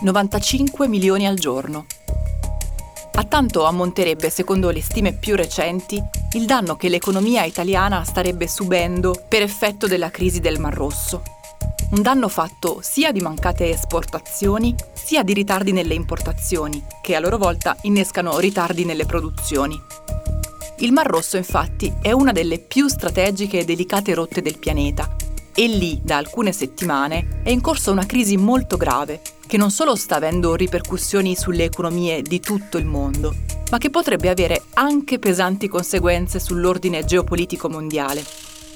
95 milioni al giorno. A tanto ammonterebbe, secondo le stime più recenti, il danno che l'economia italiana starebbe subendo per effetto della crisi del Mar Rosso. Un danno fatto sia di mancate esportazioni, sia di ritardi nelle importazioni, che a loro volta innescano ritardi nelle produzioni. Il Mar Rosso, infatti, è una delle più strategiche e delicate rotte del pianeta e lì, da alcune settimane, è in corso una crisi molto grave che non solo sta avendo ripercussioni sulle economie di tutto il mondo, ma che potrebbe avere anche pesanti conseguenze sull'ordine geopolitico mondiale.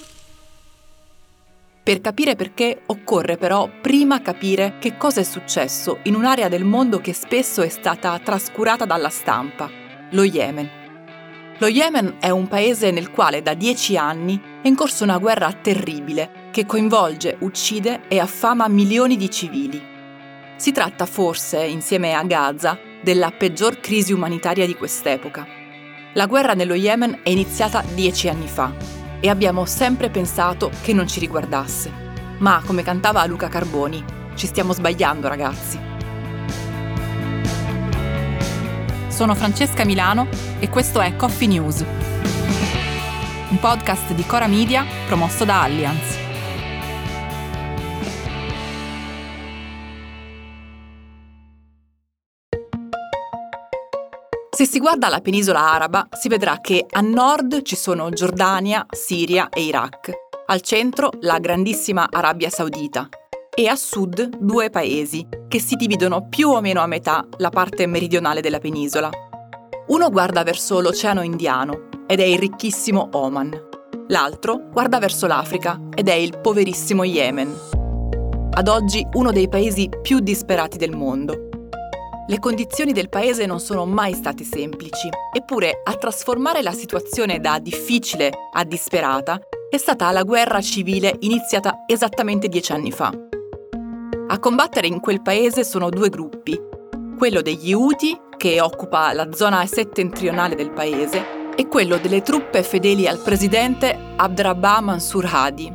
Per capire perché occorre però prima capire che cosa è successo in un'area del mondo che spesso è stata trascurata dalla stampa, lo Yemen. Lo Yemen è un paese nel quale da 10 anni è in corso una guerra terribile che coinvolge, uccide e affama milioni di civili. Si tratta forse, insieme a Gaza, della peggior crisi umanitaria di quest'epoca. La guerra nello Yemen è iniziata 10 anni fa e abbiamo sempre pensato che non ci riguardasse. Ma, come cantava Luca Carboni, ci stiamo sbagliando, ragazzi. Sono Francesca Milano e questo è Coffee News, un podcast di Cora Media promosso da Allianz. Se si guarda la penisola araba, si vedrà che a nord ci sono Giordania, Siria e Iraq, al centro la grandissima Arabia Saudita e a sud 2 paesi che si dividono più o meno a metà la parte meridionale della penisola. Uno guarda verso l'Oceano Indiano ed è il ricchissimo Oman. L'altro guarda verso l'Africa ed è il poverissimo Yemen. Ad oggi uno dei paesi più disperati del mondo. Le condizioni del paese non sono mai state semplici, eppure a trasformare la situazione da difficile a disperata è stata la guerra civile iniziata esattamente 10 anni fa. A combattere in quel paese sono 2 gruppi, quello degli Houthi, che occupa la zona settentrionale del paese, e quello delle truppe fedeli al presidente Abdrabbah Mansur Hadi.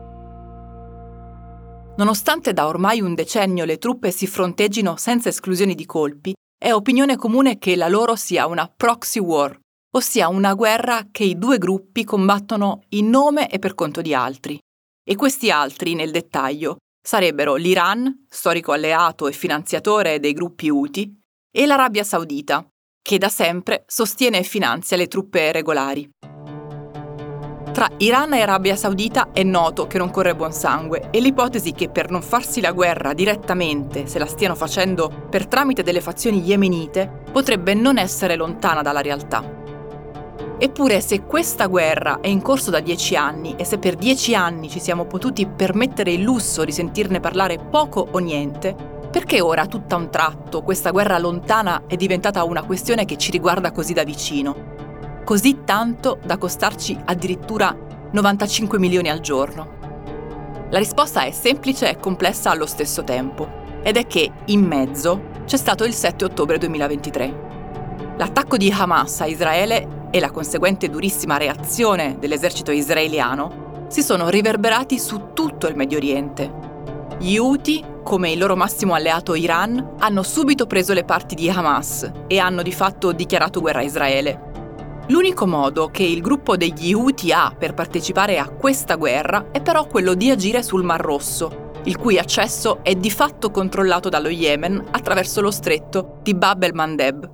Nonostante da ormai un decennio le truppe si fronteggino senza esclusioni di colpi, è opinione comune che la loro sia una proxy war, ossia una guerra che i 2 gruppi combattono in nome e per conto di altri. E questi altri, nel dettaglio, sarebbero l'Iran, storico alleato e finanziatore dei gruppi Houthi, e l'Arabia Saudita, che da sempre sostiene e finanzia le truppe regolari. Tra Iran e Arabia Saudita è noto che non corre buon sangue e l'ipotesi che per non farsi la guerra direttamente se la stiano facendo per tramite delle fazioni yemenite potrebbe non essere lontana dalla realtà. Eppure se questa guerra è in corso da 10 anni e se per 10 anni ci siamo potuti permettere il lusso di sentirne parlare poco o niente, perché ora tutta un tratto questa guerra lontana è diventata una questione che ci riguarda così da vicino? Così tanto da costarci addirittura 95 milioni al giorno? La risposta è semplice e complessa allo stesso tempo, ed è che in mezzo c'è stato il 7 ottobre 2023. L'attacco di Hamas a Israele e la conseguente durissima reazione dell'esercito israeliano si sono riverberati su tutto il Medio Oriente. Gli Houthi, come il loro massimo alleato Iran, hanno subito preso le parti di Hamas e hanno di fatto dichiarato guerra a Israele. L'unico modo che il gruppo degli Houthi ha per partecipare a questa guerra è però quello di agire sul Mar Rosso, il cui accesso è di fatto controllato dallo Yemen attraverso lo stretto di Bab el-Mandeb.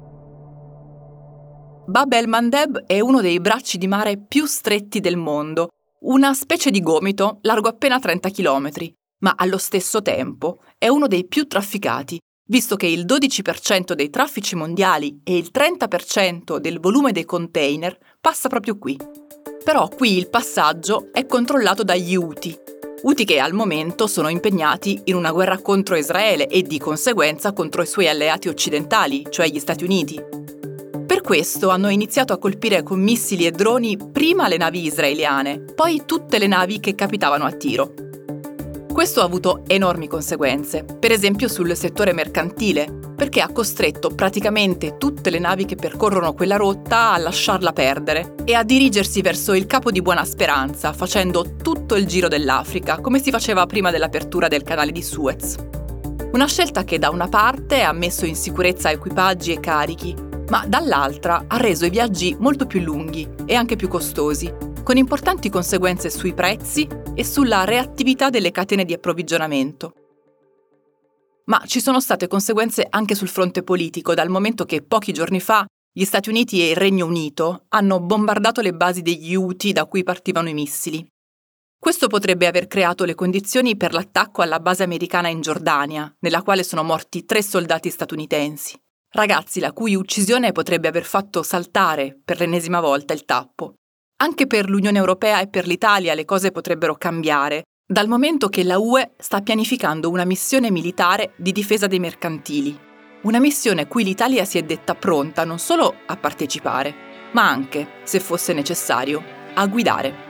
Bab el-Mandeb è uno dei bracci di mare più stretti del mondo, una specie di gomito largo appena 30 km, ma allo stesso tempo è uno dei più trafficati, visto che il 12% dei traffici mondiali e il 30% del volume dei container passa proprio qui. Però qui il passaggio è controllato dagli Houthi che al momento sono impegnati in una guerra contro Israele e di conseguenza contro i suoi alleati occidentali, cioè gli Stati Uniti. Per questo hanno iniziato a colpire con missili e droni prima le navi israeliane, poi tutte le navi che capitavano a tiro. Questo ha avuto enormi conseguenze, per esempio sul settore mercantile, perché ha costretto praticamente tutte le navi che percorrono quella rotta a lasciarla perdere e a dirigersi verso il Capo di Buona Speranza, facendo tutto il giro dell'Africa, come si faceva prima dell'apertura del canale di Suez. Una scelta che da una parte ha messo in sicurezza equipaggi e carichi, ma dall'altra ha reso i viaggi molto più lunghi e anche più costosi, con importanti conseguenze sui prezzi e sulla reattività delle catene di approvvigionamento. Ma ci sono state conseguenze anche sul fronte politico, dal momento che pochi giorni fa gli Stati Uniti e il Regno Unito hanno bombardato le basi degli Houthi da cui partivano i missili. Questo potrebbe aver creato le condizioni per l'attacco alla base americana in Giordania, nella quale sono morti 3 soldati statunitensi, ragazzi la cui uccisione potrebbe aver fatto saltare per l'ennesima volta il tappo. Anche per l'Unione Europea e per l'Italia le cose potrebbero cambiare, dal momento che la UE sta pianificando una missione militare di difesa dei mercantili. Una missione a cui l'Italia si è detta pronta non solo a partecipare, ma anche, se fosse necessario, a guidare.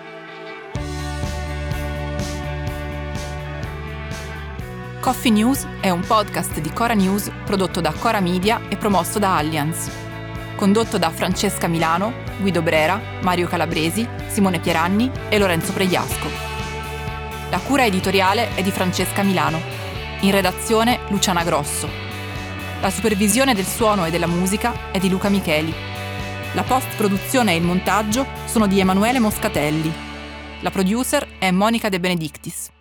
Coffee News è un podcast di Cora News prodotto da Cora Media e promosso da Allianz. Condotto da Francesca Milano, Guido Brera, Mario Calabresi, Simone Pieranni e Lorenzo Pregliasco. La cura editoriale è di Francesca Milano. In redazione Luciana Grosso. La supervisione del suono e della musica è di Luca Micheli. La post-produzione e il montaggio sono di Emanuele Moscatelli. La producer è Monica De Benedictis.